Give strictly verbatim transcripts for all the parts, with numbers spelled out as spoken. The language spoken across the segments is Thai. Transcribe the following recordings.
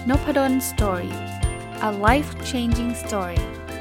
Nopadon Story. A life-changing story.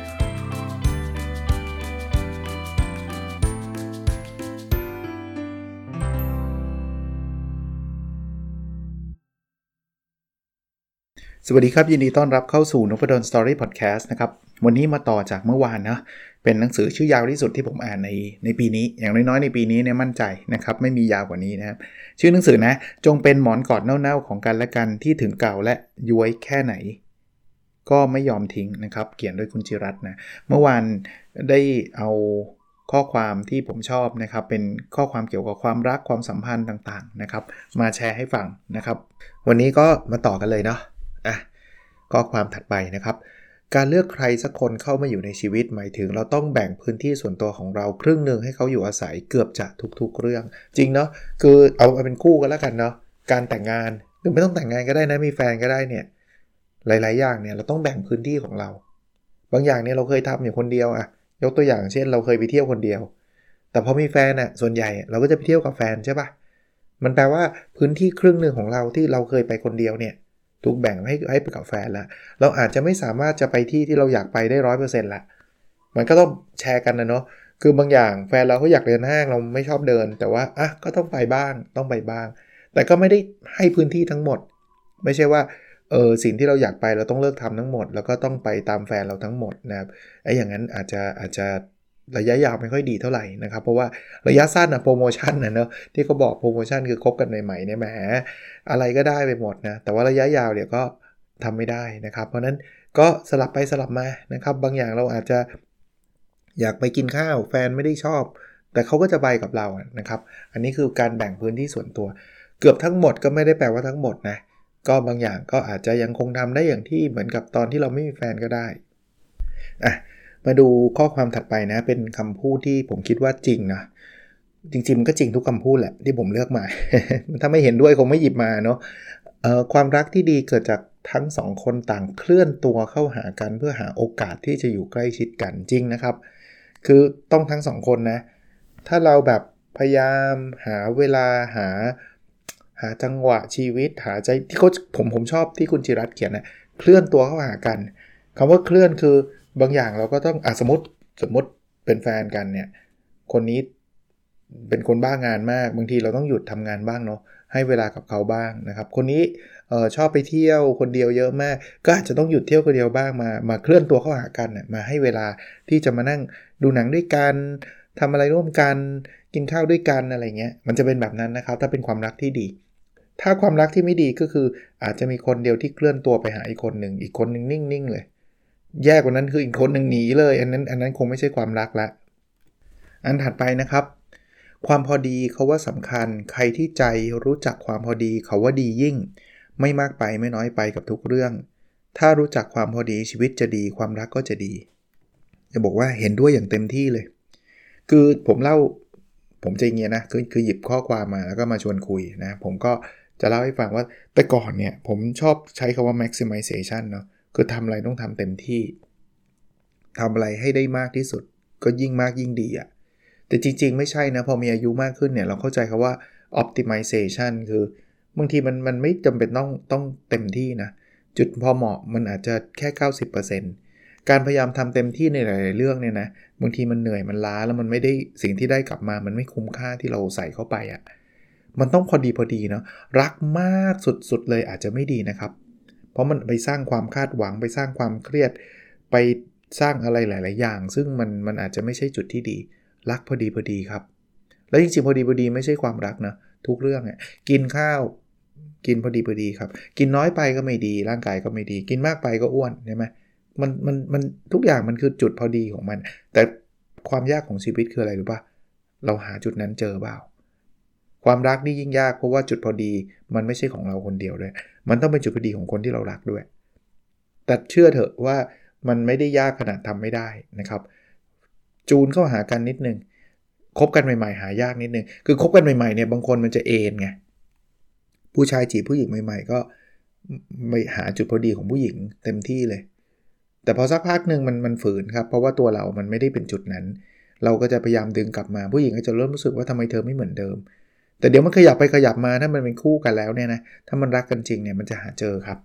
สวัสดีครับยินดีต้อนรับเข้าสู่ Nopadon Story Podcast นะครับวันนี้มาต่อจากเมื่อวานนะเป็นหนังสือชื่อยาวที่สุดที่ผมอ่านในในปีนี้อย่างน้อยๆในปีนี้เนี่ยมั่นใจนะครับไม่มียาวกว่านี้นะครับชื่อหนังสือนะจงเป็นหมอนกอดเน่าๆของกันและกันที่ถึงเก่าและย้วยแค่ไหนก็ไม่ยอมทิ้งนะครับเขียนโดยคุณจิรัตน์นะเมื่อวานได้เอาข้อความที่ผมชอบนะครับเป็นข้อความเกี่ยวกับความรักความสัมพันธ์ต่างๆนะครับมาแชร์ให้ฟังนะครับวันนี้ก็มาต่อกันเลยเนาะอ่ะข้อความถัดไปนะครับการเลือกใครสักคนเข้ามาอยู่ในชีวิตหมายถึงเราต้องแบ่งพื้นที่ส่วนตัวของเราครึ่งนึงให้เขาอยู่อาศัยเกือบจะทุกๆเรื่องจริงเนาะคือเอาเป็นคู่กันแล้วกันเนาะการแต่งงานหรือไม่ต้องแต่งงานก็ได้นะมีแฟนก็ได้เนี่ยหลายๆอย่างเนี่ยเราต้องแบ่งพื้นที่ของเราบางอย่างเนี่ยเราเคยทำอยู่คนเดียวอะยกตัวอย่างเช่นเราเคยไปเที่ยวคนเดียวแต่พอมีแฟนน่ะส่วนใหญ่เราก็จะไปเที่ยวกับแฟนใช่ปะมันแปลว่าพื้นที่ครึ่งนึงของเราที่เราเคยไปคนเดียวเนี่ยถูกแบ่งให้ให้ไปกับแฟนแล้วเราอาจจะไม่สามารถจะไปที่ที่เราอยากไปได้ ร้อยเปอร์เซ็นต์ ละมันก็ต้องแชร์กันนะเนาะคือบางอย่างแฟนเราเขาอยากเดินห้างเราไม่ชอบเดินแต่ว่าอ่ะก็ต้องไปบ้างต้องไปบ้างแต่ก็ไม่ได้ให้พื้นที่ทั้งหมดไม่ใช่ว่าเออสิ่งที่เราอยากไปเราต้องเลิกทำทั้งหมดแล้วก็ต้องไปตามแฟนเราทั้งหมดนะครับไอ้อย่างนั้นอาจจะอาจจะระยะยาวไม่ค่อยดีเท่าไหร่นะครับเพราะว่าระยะสั้นนะโปรโมชั่นนะเนาะที่เขาบอกโปรโมชั่นคือคบกันใหม่ๆเนี่ยแหมอะไรก็ได้ไปหมดนะแต่ว่าระยะยาวเดี๋ยวก็ทำไม่ได้นะครับเพราะนั้นก็สลับไปสลับมานะครับบางอย่างเราอาจจะอยากไปกินข้าวแฟนไม่ได้ชอบแต่เขาก็จะไปกับเรานะครับอันนี้คือการแบ่งพื้นที่ส่วนตัวเกือบทั้งหมดก็ไม่ได้แปลว่าทั้งหมดนะก็บางอย่างก็อาจจะยังคงทำได้อย่างที่เหมือนกับตอนที่เราไม่มีแฟนก็ได้อ่ะมาดูข้อความถัดไปนะเป็นคำพูดที่ผมคิดว่าจริงนะจริงๆมันก็จริงทุกคำพูดแหละที่ผมเลือกมา ถ้าไม่เห็นด้วยคงไม่หยิบมาเนาะเอ่อความรักที่ดีเกิดจากทั้งสองคนต่างเคลื่อนตัวเข้าหากันเพื่อหาโอกาสที่จะอยู่ใกล้ชิดกันจริงนะครับคือต้องทั้งสองคนนะถ้าเราแบบพยายามหาเวลาหาหาจังหวะชีวิตหาใจที่เขาผมผมชอบที่คุณจิรัตน์เขียนนะเคลื่อนตัวเข้าหากันคำว่าเคลื่อนคือบางอย่างเราก็ต้องอ่ะสมมติสมมติเป็นแฟนกันเนี่ยคนนี้เป็นคนบ้างานมากบางทีเราต้องหยุดทำงานบ้างเนาะให้เวลากับเขาบ้างนะครับคนนี้เอ่อชอบไปเที่ยวคนเดียวเยอะมากก็อาจจะต้องหยุดเที่ยวคนเดียวบ้างมามาเคลื่อนตัวเข้าหากันนะมาให้เวลาที่จะมานั่งดูหนังด้วยกันทำอะไรร่วมกันกินข้าวด้วยกันอะไรเงี้ยมันจะเป็นแบบนั้นนะครับถ้าเป็นความรักที่ดีถ้าความรักที่ไม่ดีก็คืออาจจะมีคนเดียวที่เคลื่อนตัวไปหาอีกคนหนึ่งอีกคนนึงนิ่งๆเลยแย่กว่านั้นคืออีกคนนึงหนีเลยอันนั้นอันนั้นคงไม่ใช่ความรักละอันถัดไปนะครับความพอดีเขาว่าสำคัญใครที่ใจรู้จักความพอดีเขาว่าดียิ่งไม่มากไปไม่น้อยไปกับทุกเรื่องถ้ารู้จักความพอดีชีวิตจะดีความรักก็จะดีจะบอกว่าเห็นด้วยอย่างเต็มที่เลยคือผมเล่าผมจะอย่างเงี้ยนะคือคือหยิบข้อความมาแล้วก็มาชวนคุยนะผมก็จะเล่าให้ฟังว่าแต่ก่อนเนี่ยผมชอบใช้คำว่า maximization เนาะคือทำอะไรต้องทำเต็มที่ทำอะไรให้ได้มากที่สุดก็ยิ่งมากยิ่งดีอะแต่จริงๆไม่ใช่นะพอมีอายุมากขึ้นเนี่ยเราเข้าใจคำว่า optimization คือบางทีมันมันไม่จำเป็นต้องต้องเต็มที่นะจุดพอเหมาะมันอาจจะแค่ เก้าสิบเปอร์เซ็นต์ การพยายามทำเต็มที่ในหลายๆเรื่องเนี่ยนะบางทีมันเหนื่อยมันล้าแล้วมันไม่ได้สิ่งที่ได้กลับมามันไม่คุ้มค่าที่เราใส่เข้าไปอะมันต้องพอดีพอดีเนาะรักมากสุดๆเลยอาจจะไม่ดีนะครับเพราะมันไปสร้างความคาดหวังไปสร้างความเครียดไปสร้างอะไรหลายๆอย่างซึ่งมันมันอาจจะไม่ใช่จุดที่ดีรักพอดีพอดีครับแล้วจริงๆพอดีพอดีไม่ใช่ความรักนะทุกเรื่องอ่ะกินข้าวกินพอดีพอดีครับกินน้อยไปก็ไม่ดีร่างกายก็ไม่ดีกินมากไปก็อ้วนใช่ไหมมันมันมันทุกอย่างมันคือจุดพอดีของมันแต่ความยากของชีวิตคืออะไรรู้ป่ะเราหาจุดนั้นเจอเปล่าความรักนี่ยิ่งยากเพราะว่าจุดพอดีมันไม่ใช่ของเราคนเดียวด้วยมันต้องเป็นจุดพอดีของคนที่เรารักด้วยแต่เชื่อเถอะว่ามันไม่ได้ยากขนาดทำไม่ได้นะครับจูนเข้าหากันนิดนึงคบกันใหม่ๆหายากนิดนึงคือคบกันใหม่ๆเนี่ยบางคนมันจะเอนไงผู้ชายจีบผู้หญิงใหม่ๆก็ไม่หาจุดพอดีของผู้หญิงเต็มที่เลยแต่พอสักพักนึงมันมันฝืนครับเพราะว่าตัวเรามันไม่ได้เป็นจุดนั้นเราก็จะพยายามดึงกลับมาผู้หญิงก็จะเริ่มรู้สึกว่าทำไมเธอไม่เหมือนเดิมแต่เดี๋ยวมันขยับไปขยับมาถ้ามันเป็นคู่กันแล้วเนี่ยนะถ้ามันรักกันจริงเนี่ยมันจะหาเจอครับ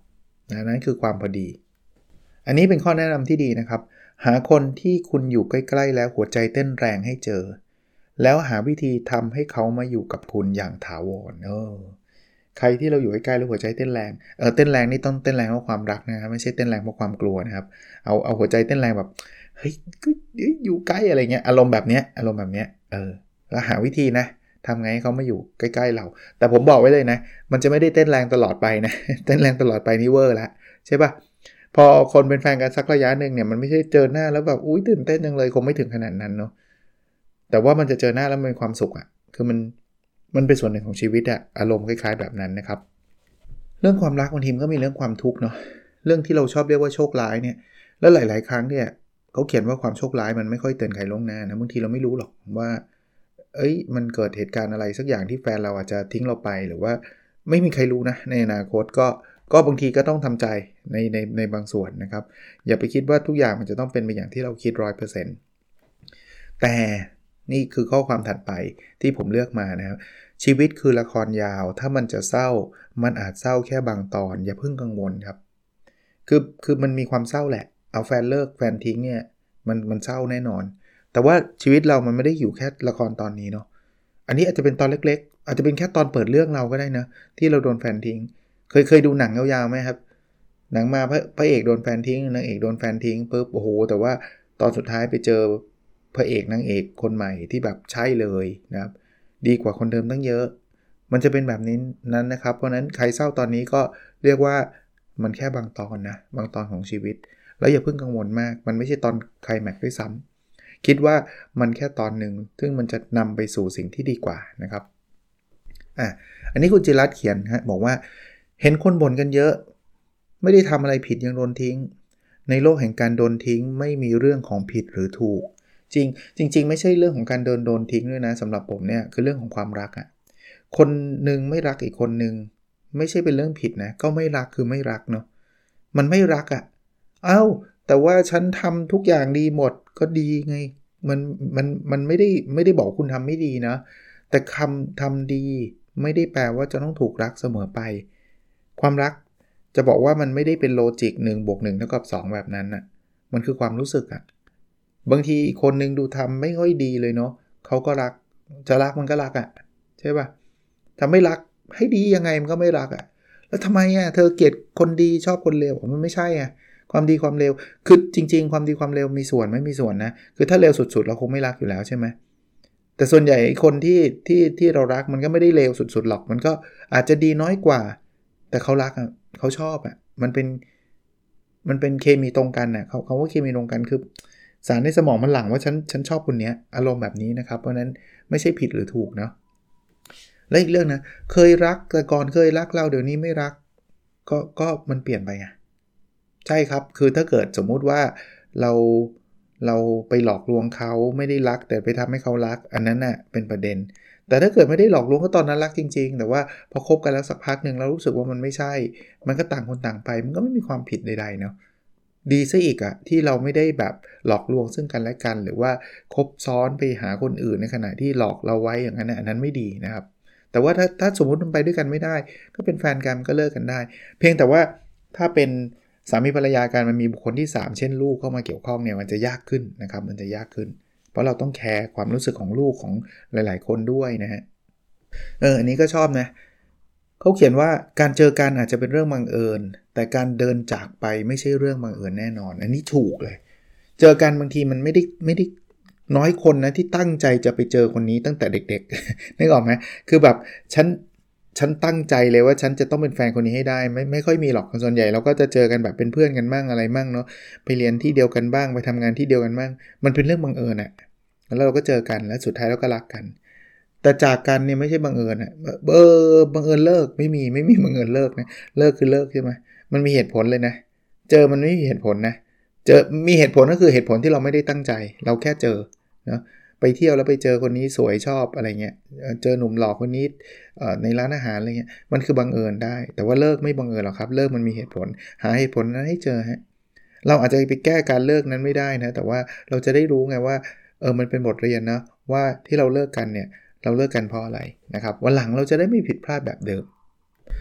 นะนั่นคือความพอดีอันนี้เป็นข้อแนะนำที่ดีนะครับหาคนที่คุณอยู่ใกล้ๆแล้วหัวใจเต้นแรงให้เจอแล้วหาวิธีทำให้เขามาอยู่กับคุณอย่างถาวรเออใครที่เราอยู่ใกล้ๆแล้วหัวใจเต้นแรงเออเต้นแรงนี่ต้องเต้นแรงเพราะความรักนะครับไม่ใช่เต้นแรงเพราะความกลัวนะครับเอาเอาหัวใจเต้นแรงแบบเฮ้ยอยู่ใกล้อะไรเงี้ยอารมณ์แบบเนี้ยอารมณ์แบบเนี้ยเออแล้วหาวิธีนะทำไงให้เขามาอยู่ใกล้ๆเราแต่ผมบอกไว้เลยนะมันจะไม่ได้เต้นแรงตลอดไปนะเต้นแรงตลอดไปนี่เวอร์ละใช่ป่ะพอคนเป็นแฟนกันสักระยะนึงเนี่ยมันไม่ใช่เจอหน้าแล้วแบบอุ๊ยตื่นเต้นจังเลยคงไม่ถึงขนาดนั้นเนาะแต่ว่ามันจะเจอหน้าแล้วมันมีความสุขอ่ะคือมันมันเป็นส่วนหนึ่งของชีวิตอะอารมณ์คล้ายๆแบบนั้นนะครับเรื่องความรักบางทีมันก็มีเรื่องความทุกข์เนาะเรื่องที่เราชอบเรียกว่าโชคร้ายเนี่ยแล้วหลายๆครั้งเนี่ยเขาเขียนว่าความโชคร้ายมันไม่ค่อยเตือนใครล่วงหน้านะบางทีเราไม่รู้หรอกว่าเอ้ยมันเกิดเหตุการณ์อะไรสักอย่างที่แฟนเราอาจจะทิ้งเราไปหรือว่าไม่มีใครรู้นะในอนาคตก็ก็บางทีก็ต้องทำใจในในในบางส่วนนะครับอย่าไปคิดว่าทุกอย่างมันจะต้องเป็นไปอย่างที่เราคิด ร้อยเปอร์เซ็นต์ แต่นี่คือข้อความถัดไปที่ผมเลือกมานะครับชีวิตคือละครยาวถ้ามันจะเศร้ามันอาจเศร้าแค่บางตอนอย่าเพิ่งกังวลครับคือคือมันมีความเศร้าแหละเอาแฟนเลิกแฟนทิ้งเนี่ยมันมันเศร้าแน่นอนแต่ว่าชีวิตเรามันไม่ได้อยู่แค่ละครตอนนี้เนาะอันนี้อาจจะเป็นตอนเล็กๆอาจจะเป็นแค่ตอนเปิดเรื่องเราก็ได้นะที่เราโดนแฟนทิ้งเคยเคยดูหนังยาวๆไหมครับหนังมาพระพระเอกโดนแฟนทิ้งนางเอกโดนแฟนทิ้งปุ๊บโอ้โหแต่ว่าตอนสุดท้ายไปเจอพระเอกนางเอกคนใหม่ที่แบบใช่เลยนะครับดีกว่าคนเดิมตั้งเยอะมันจะเป็นแบบนี้นั้นนะครับเพราะนั้นใครเศร้าตอนนี้ก็เรียกว่ามันแค่บางตอนนะบางตอนของชีวิตแล้วอย่าเพิ่งกังวลมากมันไม่ใช่ตอนไคลแม็กซ์ด้วยซ้ำคิดว่ามันแค่ตอนหนึ่งซึ่งมันจะนำไปสู่สิ่งที่ดีกว่านะครับอ่ะอันนี้คุณจิรัตน์เขียนฮะบอกว่าเห็นคนบ่นกันเยอะไม่ได้ทำอะไรผิดยังโดนทิ้งในโลกแห่งการโดนทิ้งไม่มีเรื่องของผิดหรือถูกจริงจริงๆไม่ใช่เรื่องของการเดินโดนทิ้งด้วยนะสำหรับผมเนี่ยคือเรื่องของความรักอะคนหนึ่งไม่รักอีกคนหนึ่งไม่ใช่เป็นเรื่องผิดนะก็ไม่รักคือไม่รักเนาะมันไม่รักอะอ้าวแต่ว่าฉันทำทุกอย่างดีหมดก็ดีไงมันมันมันไม่ได้ไม่ได้บอกคุณทำไม่ดีนะแต่คำทำดีไม่ได้แปลว่าจะต้องถูกรักเสมอไปความรักจะบอกว่ามันไม่ได้เป็นโลจิกหนึ่งบวกหนึ่งเท่ากับสองแบบนั้นน่ะมันคือความรู้สึกอะบางทีอีกคนนึงดูทำไม่ค่อยดีเลยเนาะเขาก็รักจะรักมันก็รักอะใช่ป่ะถ้าไม่รักให้ดียังไงมันก็ไม่รักอะแล้วทำไมอะเธอเกลียดคนดีชอบคนเลวมันไม่ใช่อะความดีความเลวคือจริงๆความดีความเลวมีส่วนไม่มีส่วนนะคือถ้าเลวสุดๆเราคงไม่รักอยู่แล้วใช่ไหมแต่ส่วนใหญ่คนที่ที่ที่เรารักมันก็ไม่ได้เลวสุดๆหรอกมันก็อาจจะดีน้อยกว่าแต่เขารักอ่ะเขาชอบอ่ะมันเป็นมันเป็นเคมีตรงกันน่ะเขาเขาว่าเคมีตรงกันคือสารในสมองมันหลั่งว่าฉันฉันชอบคนนี้อารมณ์แบบนี้นะครับเพราะนั้นไม่ใช่ผิดหรือถูกเนาะและอีกเรื่องนะเคยรักแต่ก่อนเคยรักเราเดี๋ยวนี้ไม่รักก็ก็มันเปลี่ยนไปไงใช่ครับคือถ้าเกิดสมมุติว่าเราเราไปหลอกลวงเขาไม่ได้รักแต่ไปทำให้เขารักอันนั้นน่ะเป็นประเด็นแต่ถ้าเกิดไม่ได้หลอกลวงก็ตอนนั้นรักจริงๆแต่ว่าพอคบกันแล้วสักพักนึงแล้วรู้สึกว่ามันไม่ใช่มันก็ต่างคนต่างไปมันก็ไม่มีความผิดใดๆเนาะดีซะอีกอะที่เราไม่ได้แบบหลอกลวงซึ่งกันและกันหรือว่าคบซ้อนไปหาคนอื่นในขณะที่หลอกเราไว้อย่างนั้นอันนั้นไม่ดีนะครับแต่ว่าถ้าถ้าสมมุติมันไปด้วยกันไม่ได้ก็เป็นแฟนกันก็เลิกกันได้เพียงแต่ว่าถ้าเป็นสามีภรรยากันมันมีบุคคลที่สามเช่นลูกเข้ามาเกี่ยวข้องเนี่ยมันจะยากขึ้นนะครับมันจะยากขึ้นเพราะเราต้องแคร์ความรู้สึกของลูกของหลายๆคนด้วยนะฮะเอออันนี้ก็ชอบนะเขาเขียนว่าการเจอกันอาจจะเป็นเรื่องบังเอิญแต่การเดินจากไปไม่ใช่เรื่องบังเอิญแน่นอนอันนี้ถูกเลยเจอกันบางทีมันไม่ได้ไม่ได้น้อยคนนะที่ตั้งใจจะไปเจอคนนี้ตั้งแต่เด็กๆนึกออกไหมคือแบบฉันฉันตั้งใจเลยว่าฉันจะต้องเป็นแฟนคนนี้ให้ได้ไม่ไม่ค่อยมีหรอกส่วนใหญ่เราก็จะเจอกันแบบเป็นเพื่อนกันบ้างอะไรบ้างเนาะไปเรียนที่เดียวกันบ้างไปทำงานที่เดียวกันบ้างมันเป็นเรื่องบังเอิญอะแล้วเราก็เจอกันแล้วสุดท้ายเราก็รักกันแต่จากกันเนี่ยไม่ใช่บังเอิญอ่ะเออบังเอิญเลิกไม่มีไม่มีบังเอิญเลิกนะเลิกคือเลิกใช่ไหมมันมีเหตุผลเลยนะเจอมันไม่มีเหตุผลนะเจอมีเหตุผลก็คือเหตุผลที่เราไม่ได้ตั้งใจเราแค่เจอนะไปเที่ยวแล้วไปเจอคนนี้สวยชอบอะไรเงี้ยเจอหนุ่มหล่อคนนี้ในร้านอาหารอะไรเงี้ยมันคือบังเอิญได้แต่ว่าเลิกไม่บังเอิญหรอกครับเลิกมันมีเหตุผลหาเหตุผลนั้นให้เจอฮะเราอาจจะไปแก้การเลิกนั้นไม่ได้นะแต่ว่าเราจะได้รู้ไงว่าเออมันเป็นบทเรียนนะว่าที่เราเลิกกันเนี่ยเราเลิกกันเพราะอะไรนะครับวันหลังเราจะได้ไม่ผิดพลาดแบบเดิม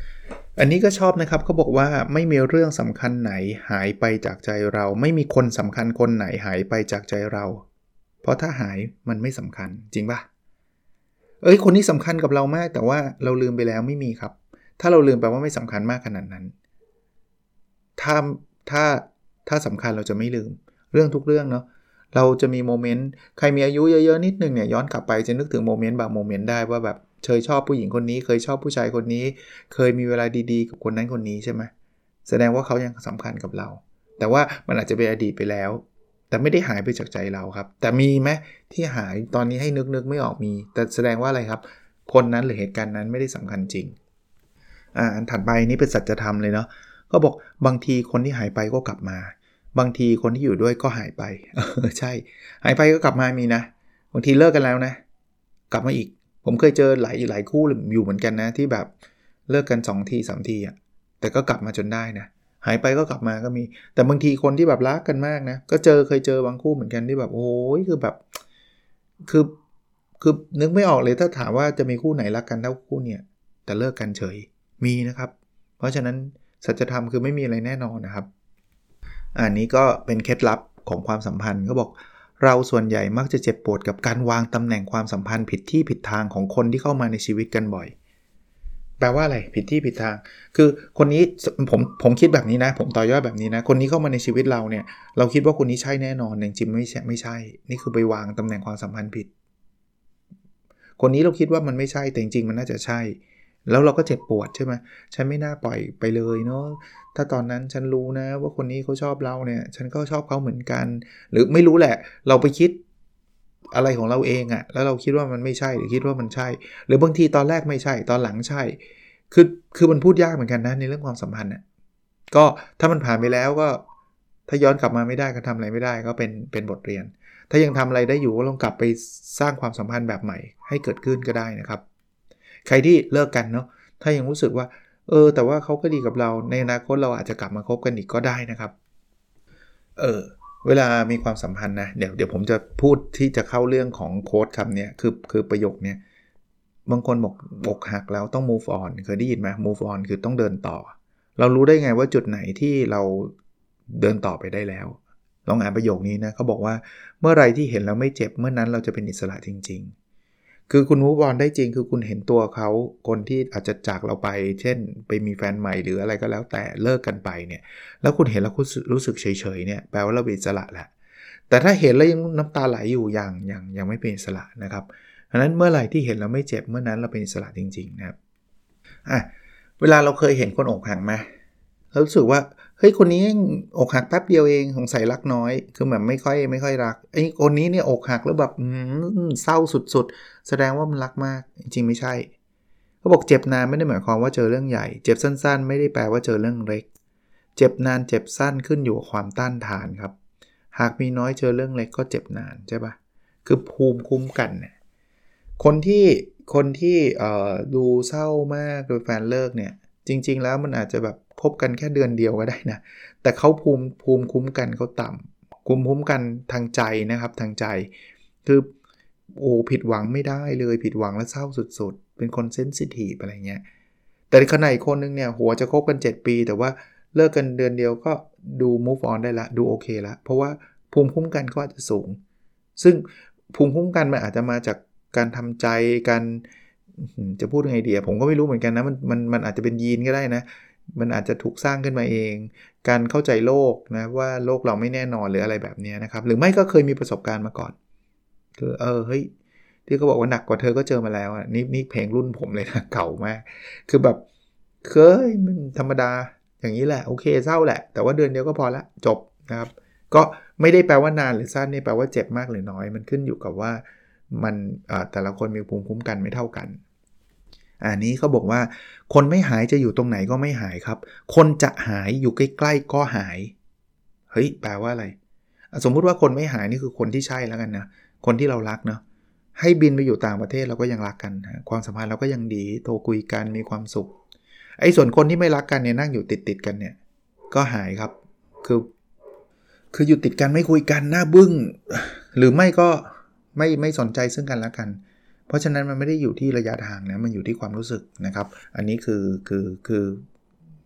อันนี้ก็ชอบนะครับเขาบอกว่าไม่มีเรื่องสำคัญไหนหายไปจากใจเราไม่มีคนสำคัญคนไหนหายไปจากใจเราเพราะถ้าหายมันไม่สำคัญจริงป่ะเอ้ยคนนี้สำคัญกับเรามากแต่ว่าเราลืมไปแล้วไม่มีครับถ้าเราลืมแปลว่าไม่สำคัญมากขนาดนั้นถ้าถ้าถ้าสำคัญเราจะไม่ลืมเรื่องทุกเรื่องเนาะเราจะมีโมเมนต์ใครมีอายุเยอะๆนิดนึงเนี่ยย้อนกลับไปจะนึกถึงโมเมนต์บางโมเมนต์ได้ว่าแบบเคยชอบผู้หญิงคนนี้เคยชอบผู้ชายคนนี้เคยมีเวลาดีๆกับคนนั้นคนนี้ใช่ไหมแสดงว่าเขายังสำคัญกับเราแต่ว่ามันอาจจะเป็นอดีตไปแล้วแต่ไม่ได้หายไปจากใจเราครับแต่มีไหมที่หายตอนนี้ให้นึกๆไม่ออกมีแต่แสดงว่าอะไรครับคนนั้นหรือเหตุการณ์นั้นไม่ได้สำคัญจริงอ่าอันถัดไปนี่เป็นสัจธรรมเลยเนาะก็บอกบางทีคนที่หายไปก็กลับมาบางทีคนที่อยู่ด้วยก็หายไปเออใช่หายไปก็กลับมามีนะบางทีเลิกกันแล้วนะกลับมาอีกผมเคยเจอหลายหลายคู่อยู่เหมือนกันนะที่แบบเลิกกันสองทีสามทีอ่ะแต่ก็กลับมาจนได้นะหายไปก็กลับมาก็มีแต่บางทีคนที่แบบรักกันมากนะก็เจอเคยเจอบางคู่เหมือนกันที่แบบโอ้ยคือแบบคือคือนึกไม่ออกเลยถ้าถามว่าจะมีคู่ไหนรักกันเท่าคู่เนี่ยแต่เลิกกันเฉยมีนะครับเพราะฉะนั้นสัจธรรมคือไม่มีอะไรแน่นอนนะครับอันนี้ก็เป็นเคล็ดลับของความสัมพันธ์เขาบอกเราส่วนใหญ่มักจะเจ็บปวดกับการวางตำแหน่งความสัมพันธ์ผิดที่ผิดทางของคนที่เข้ามาในชีวิตกันบ่อยแปลว่าอะไรผิดที่ผิดทางคือคนนี้ผมผมคิดแบบนี้นะผมต่อยอดแบบนี้นะคนนี้เข้ามาในชีวิตเราเนี่ยเราคิดว่าคนนี้ใช่แน่นอนจริงๆไม่ใช่ไม่ใช่นี่คือไปวางตำแหน่งความสัมพันธ์ผิดคนนี้เราคิดว่ามันไม่ใช่แต่จริงๆมันน่าจะใช่แล้วเราก็เจ็บปวดใช่ไหมฉันไม่น่าปล่อยไปเลยเนาะถ้าตอนนั้นฉันรู้นะว่าคนนี้เขาชอบเราเนี่ยฉันก็ชอบเขาเหมือนกันหรือไม่รู้แหละเราไปคิดอะไรของเราเองอะแล้วเราคิดว่ามันไม่ใช่หรือคิดว่ามันใช่หรือบางทีตอนแรกไม่ใช่ตอนหลังใช่คือคือมันพูดยากเหมือนกันนะในเรื่องความสัมพันธ์น่ะก็ถ้ามันผ่านไปแล้วก็ถ้าย้อนกลับมาไม่ได้ก็ทำอะไรไม่ได้ก็เป็นเป็นบทเรียนถ้ายังทำอะไรได้อยู่ก็ลองกลับไปสร้างความสัมพันธ์แบบใหม่ให้เกิดขึ้นก็ได้นะครับใครที่เลิกกันเนาะถ้ายังรู้สึกว่าเออแต่ว่าเขาก็ดีกับเราในอนาคตเราอาจจะกลับมาคบกันอีกก็ได้นะครับเออเวลามีความสัมพันธ์นะเดี๋ยวเดี๋ยวผมจะพูดที่จะเข้าเรื่องของโค้ดคำนี้คือคือประโยคนี้บางคนบอกอกหักแล้วต้อง move on เคยได้ยินไหม move on คือต้องเดินต่อเรารู้ได้ไงว่าจุดไหนที่เราเดินต่อไปได้แล้วลองอ่านประโยคนี้นะเขาบอกว่าเมื่อไรที่เห็นแล้วไม่เจ็บเมื่อนั้นเราจะเป็นอิสระจริงๆคือคุณ move on ได้จริงคือคุณเห็นตัวเขาคนที่อาจจะจากเราไปเช่นไปมีแฟนใหม่หรืออะไรก็แล้วแต่เลิกกันไปเนี่ยแล้วคุณเห็นแล้วคุณรู้สึกเฉยๆเนี่ยแปลว่าเราเป็นอิสระแหละแต่ถ้าเห็นแล้วยังน้ำตาไหลอยู่อย่างยังยังไม่เป็นอิสระนะครับเพราะนั้นเมื่อไหร่ที่เห็นแล้วไม่เจ็บเมื่อนั้นเราเป็นอิสระจริงๆนะครับอ่ะเวลาเราเคยเห็นคนอกหักไหมเรารู้สึกว่าเฮ้ยคนนี้อกหักแป๊บเดียวเองสงสัยรักน้อยคือแบบไม่ค่อยไม่ค่อยรักไอ้คนนี้เนี่ยอกหักแล้วแบบเศร้าสุดๆแสดงว่ามันรักมากจริงๆไม่ใช่เขาบอกเจ็บนานไม่ได้หมายความว่าเจอเรื่องใหญ่เจ็บสั้นๆไม่ได้แปลว่าเจอเรื่องเล็กเจ็บนานเจ็บสั้นขึ้นอยู่กับความต้านทานครับหากมีน้อยเจอเรื่องเล็กก็เจ็บนานใช่ปะคือภูมิคุ้มกันเนี่ยคนที่คนที่เอ่อดูเศร้ามากโดยแฟนเลิกเนี่ยจริงๆแล้วมันอาจจะแบบคบกันแค่เดือนเดียวก็ได้นะแต่เขาภูมิภูมิคุ้มกันเขาต่ำภูมิคุ้มกันทางใจนะครับทางใจคือโอ้ผิดหวังไม่ได้เลยผิดหวังแล้วเศร้าสุดๆเป็นคนเซนซิทีฟอะไรเงี้ยแต่ขณะอีกคนนึงเนี่ยหัวจะคบกันเจ็ดปีแต่ว่าเลิกกันเดือนเดียวก็ดู move on ได้ละดูโอเคละเพราะว่าภูมิคุ้มกันก็อาจจะสูงซึ่งภูมิคุ้มกันมันอาจจะมาจากการทำใจการจะพูดยังไงดีผมก็ไม่รู้เหมือนกันนะมันมันมันอาจจะเป็นยีนก็ได้นะมันอาจจะถูกสร้างขึ้นมาเองการเข้าใจโลกนะว่าโลกเราไม่แน่นอนหรืออะไรแบบนี้นะครับหรือไม่ก็เคยมีประสบการณ์มาก่อนคือเออเฮ้ยที่เขาบอกว่าหนักกว่าเธอก็เจอมาแล้วอ่ะนี่นี่เพลงรุ่นผมเลยนะเก่ามากคือแบบเคยมันธรรมดาอย่างนี้แหละโอเคเศร้าแหละแต่ว่าเดือนเดียวก็พอละจบนะครับก็ไม่ได้แปลว่านานหรือสั้นนี่แปลว่าเจ็บมากหรือน้อยมันขึ้นอยู่กับว่ามันแต่ละคนมีภูมิคุ้มกันไม่เท่ากันอันนี้เขาบอกว่าคนไม่หายจะอยู่ตรงไหนก็ไม่หายครับคนจะหายอยู่ใกล้ๆก็หายเฮ้ยแปลว่าอะไรสมมุติว่าคนไม่หายนี่คือคนที่ใช่แล้วกันนะคนที่เรารักเนาะให้บินไปอยู่ต่างประเทศเราก็ยังรักกันความสัมพันธ์เราก็ยังดีโทรคุยกันมีความสุขไอ้ส่วนคนที่ไม่รักกันเนี่ยนั่งอยู่ติดๆกันเนี่ยก็หายครับคือคืออยู่ติดกันไม่คุยกันหน้าบึ้งหรือไม่ก็ไม่ไม่สนใจซึ่งกันและกันเพราะฉะนั้นมันไม่ได้อยู่ที่ระยะทางนะมันอยู่ที่ความรู้สึกนะครับอันนี้คือคือคือ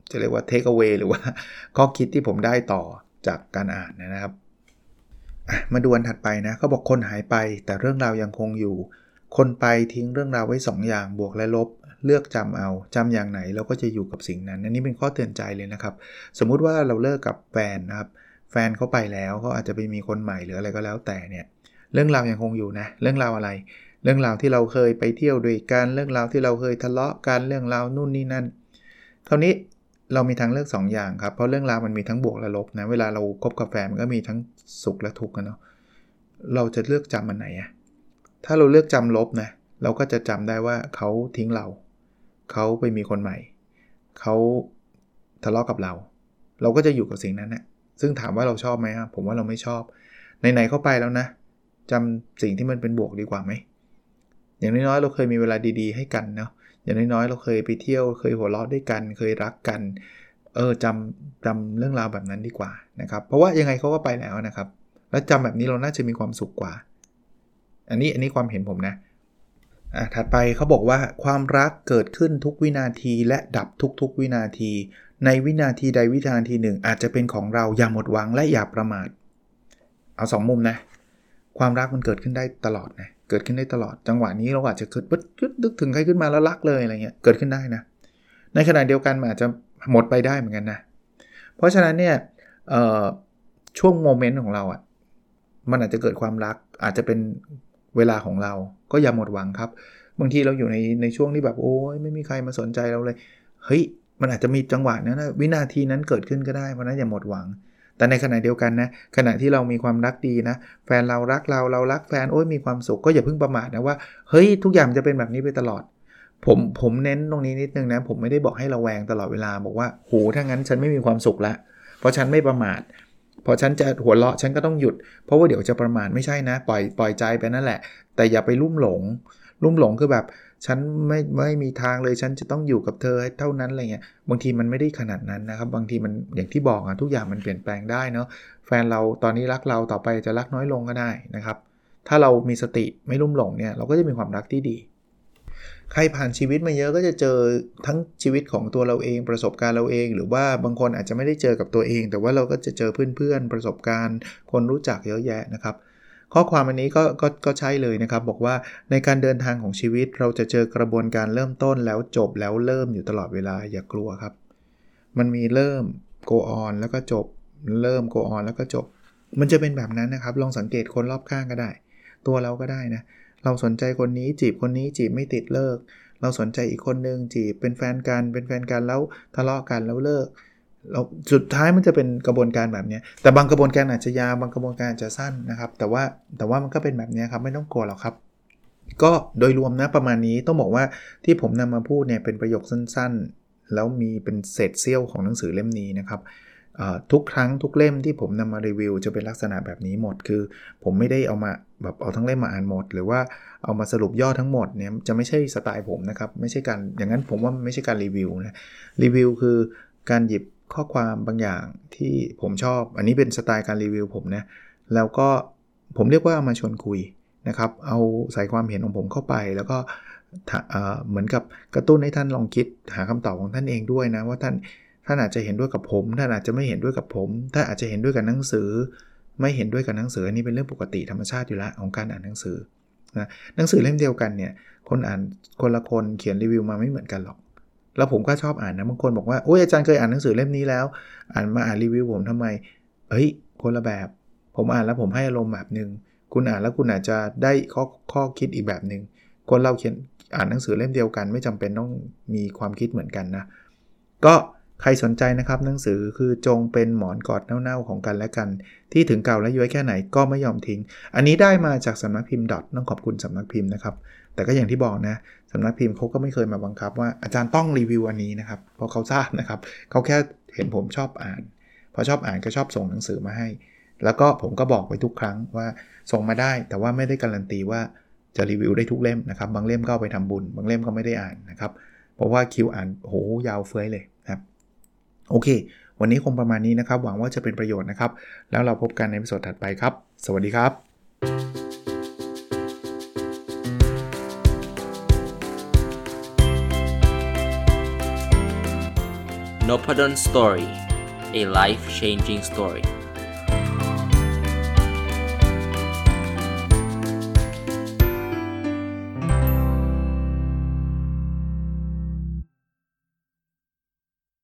จะเรียกว่า take away หรือว่าข้อคิดที่ผมได้ต่อจากการอ่านนะครับมาดูอันถัดไปนะเขาบอกคนหายไปแต่เรื่องราวยังคงอยู่คนไปทิ้งเรื่องราวไว้สองอย่างบวกและลบเลือกจำเอาจำอย่างไหนเราก็จะอยู่กับสิ่งนั้นอันนี้เป็นข้อเตือนใจเลยนะครับสมมุติว่าเราเลิกกับแฟนนะครับแฟนเขาไปแล้วเขาอาจจะไปมีคนใหม่หรืออะไรก็แล้วแต่เนี่ยเรื่องราวยังคงอยู่นะเรื่องราวอะไรเรื่องราวที่เราเคยไปเที่ยวด้วยกันเรื่องราวที่เราเคยทะเลาะกันเรื่องราวนู่นนี่นั่นคราวนี้เรามีทางเลือกสองอย่างครับเพราะเรื่องราวมันมีทั้งบวกและลบนะเวลาเราคบกับแฟนมันก็มีทั้งสุขและทุกข์กันเนาะเราจะเลือกจำอันไหนอะถ้าเราเลือกจำลบนะเราก็จะจำได้ว่าเขาทิ้งเราเขาไปมีคนใหม่เขาทะเลาะกับเราเราก็จะอยู่กับสิ่งนั้นนะซึ่งถามว่าเราชอบไหมครับผมว่าเราไม่ชอบไหนๆเข้าไปแล้วนะจำสิ่งที่มันเป็นบวกดีกว่าไหมอย่างน้อยๆเราเคยมีเวลาดีๆให้กันเนาะอย่างน้อยๆเราเคยไปเที่ยวเคยหัวเราะด้วยกันเคยรักกันเออจำจำเรื่องราวแบบนั้นดีกว่านะครับเพราะว่ายังไงเขาก็ไปแล้วนะครับแล้วจำแบบนี้เราน่าจะมีความสุขกว่าอันนี้อันนี้ความเห็นผมนะอ่ะถัดไปเขาบอกว่าความรักเกิดขึ้นทุกวินาทีและดับทุกๆวินาทีในวินาทีใดวินาทีหนึ่งอาจจะเป็นของเราอย่าหมดหวังและอย่าประมาทเอาสองมุมนะความรักมันเกิดขึ้นได้ตลอดนะเกิดขึ้นได้ตลอดจังหวะนี้เราอาจจะเกิดปึ๊ดยึดนึกถึงใครขึ้นมาแล้วรักเลยอะไรเงี้ยเกิดขึ้นได้นะในขณะเดียวกันมันอาจจะหมดไปได้เหมือนกันนะเพราะฉะนั้นเนี่ยช่วงโมเมนต์ของเราอ่ะมันอาจจะเกิดความรักอาจจะเป็นเวลาของเราก็อย่าหมดหวังครับบางทีเราอยู่ในในช่วงที่แบบโอ้ยไม่มีใครมาสนใจเราเลยเฮ้ยมันอาจจะมีจังหวะนั้นนะวินาทีนั้นเกิดขึ้นก็ได้เพราะนั้นอย่าหมดหวังแต่ในขณะเดียวกันนะขณะที่เรามีความรักดีนะแฟนเรารักเราเรารักแฟนโอ้ยมีความสุขก็อย่าเพิ่งประมาทนะว่าเฮ้ยทุกอย่างจะเป็นแบบนี้ไปตลอดผมผมเน้นตรงนี้นิดนึงนะผมไม่ได้บอกให้ระแวงตลอดเวลาบอกว่าโหถ้างั้นฉันไม่มีความสุขละเพราะฉันไม่ประมาทพอฉันจะหัวเราะฉันก็ต้องหยุดเพราะว่าเดี๋ยวจะประมาทไม่ใช่นะปล่อยปล่อยใจไปนั่นแหละแต่อย่าไปลุ่มหลงลุ่มหลงคือแบบฉันไม่ไม่มีทางเลยฉันจะต้องอยู่กับเธอเท่านั้นอะไรเงี้ยบางทีมันไม่ได้ขนาดนั้นนะครับบางทีมันอย่างที่บอกอะทุกอย่างมันเปลี่ยนแปลงได้เนาะแฟนเราตอนนี้รักเราต่อไปจะรักน้อยลงก็ได้นะครับถ้าเรามีสติไม่ลุ่มหลงเนี่ยเราก็จะมีความรักที่ดีใครผ่านชีวิตมาเยอะก็จะเจอทั้งชีวิตของตัวเราเองประสบการณ์เราเองหรือว่าบางคนอาจจะไม่ได้เจอกับตัวเองแต่ว่าเราก็จะเจอเพื่อนๆประสบการณ์คนรู้จักเยอะแยะนะครับข้อความอันนี้ก็ก็ก็ใช่เลยนะครับบอกว่าในการเดินทางของชีวิตเราจะเจอกระบวนการเริ่มต้นแล้วจบแล้วเริ่มอยู่ตลอดเวลาอย่ากลัวครับมันมีเริ่ม go on แล้วก็จบเริ่ม go on แล้วก็จบมันจะเป็นแบบนั้นนะครับลองสังเกตคนรอบข้างก็ได้ตัวเราก็ได้นะเราสนใจคนนี้จีบคนนี้จีบไม่ติดเลิกเราสนใจอีกคนนึงจีบเป็นแฟนกันเป็นแฟนกันแล้วทะเลาะกันแล้วเลิกเราสุดท้ายมันจะเป็นกระบวนการแบบนี้แต่บางกระบวนการอาจจะยาวบางกระบวนการอาจจะสั้นนะครับแต่ว่าแต่ว่ามันก็เป็นแบบนี้ครับไม่ต้องกลัวหรอกครับก็โดยรวมนะประมาณนี้ต้องบอกว่าที่ผมนำมาพูดเนี่ยเป็นประโยคสั้นๆแล้วมีเป็นเศษเสี้ยวของหนังสือเล่มนี้นะครับทุกครั้งทุกเล่มที่ผมนำมารีวิวจะเป็นลักษณะแบบนี้หมดคือผมไม่ได้เอามาแบบเอาทั้งเล่มมาอ่านหมดหรือว่าเอามาสรุปย่อทั้งหมดเนี่ยจะไม่ใช่สไตล์ผมนะครับไม่ใช่การอย่างนั้นผมว่าไม่ใช่การรีวิวนะรีวิวคือการหยิบข้อความบางอย่างที่ผมชอบอันนี้เป็นสไตล์การรีวิวผมนะแล้วก็ผมเรียกว่าเอามาชวนคุยนะครับเอาใส่ความเห็นของผมเข้าไปแล้วก็เหมือนกับกระตุ้นให้ท่านลองคิดหาคำตอบของท่านเองด้วยนะว่าท่านท่านอาจจะเห็นด้วยกับผมท่านอาจจะไม่เห็นด้วยกับผมท่านอาจจะเห็นด้วยกับหนังสือไม่เห็นด้วยกับหนังสืออันนี้เป็นเรื่องปกติธรรมชาติอยู่แล้วของการอ่านหนังสือนะหนังสือเล่มเดียวกันเนี่ยคนอ่านคนละคนเขียนรีวิวมาไม่เหมือนกันหรอกแล้วผมก็ชอบอ่านนะบางคนบอกว่าโอ้ยอาจารย์เคยอ่านหนังสือเล่มนี้แล้วอ่านมาอ่านรีวิวผมทำไมเอ้ยคนละแบบผมอ่านแล้วผมให้อารมณ์แบบนึงคุณอ่านแล้วคุณอาจจะได้ข้อข้อคิดอีกแบบนึงคนเราเขียนอ่านหนังสือเล่มเดียวกันไม่จำเป็นต้องมีความคิดเหมือนกันนะก็ใครสนใจนะครับหนังสือคือจงเป็นหมอนกอดเน่าๆของกันและกันที่ถึงเก่าและย้วยแค่ไหนก็ไม่ยอมทิ้งอันนี้ได้มาจากสำนักพิมพ์ดอทต้องขอบคุณสำนักพิมพ์นะครับแต่ก็อย่างที่บอกนะสำนักพิมพ์เขาก็ไม่เคยมาบังคับว่าอาจารย์ต้องรีวิวอันนี้นะครับเพราะเขาทราบนะครับเขาแค่เห็นผมชอบอ่านพอชอบอ่านก็ชอบส่งหนังสือมาให้แล้วก็ผมก็บอกไปทุกครั้งว่าส่งมาได้แต่ว่าไม่ได้การันตีว่าจะรีวิวได้ทุกเล่มนะครับบางเล่มก็ไปทำบุญบางเล่มก็ไม่ได้อ่านนะครับเพราะว่าคิวอ่านโหยาวเฟ้ยเลยนะครับโอเควันนี้คงประมาณนี้นะครับหวังว่าจะเป็นประโยชน์นะครับแล้วเราพบกันในตอนถัดไปครับสวัสดีครับ Nopadon Story. A life-changing story.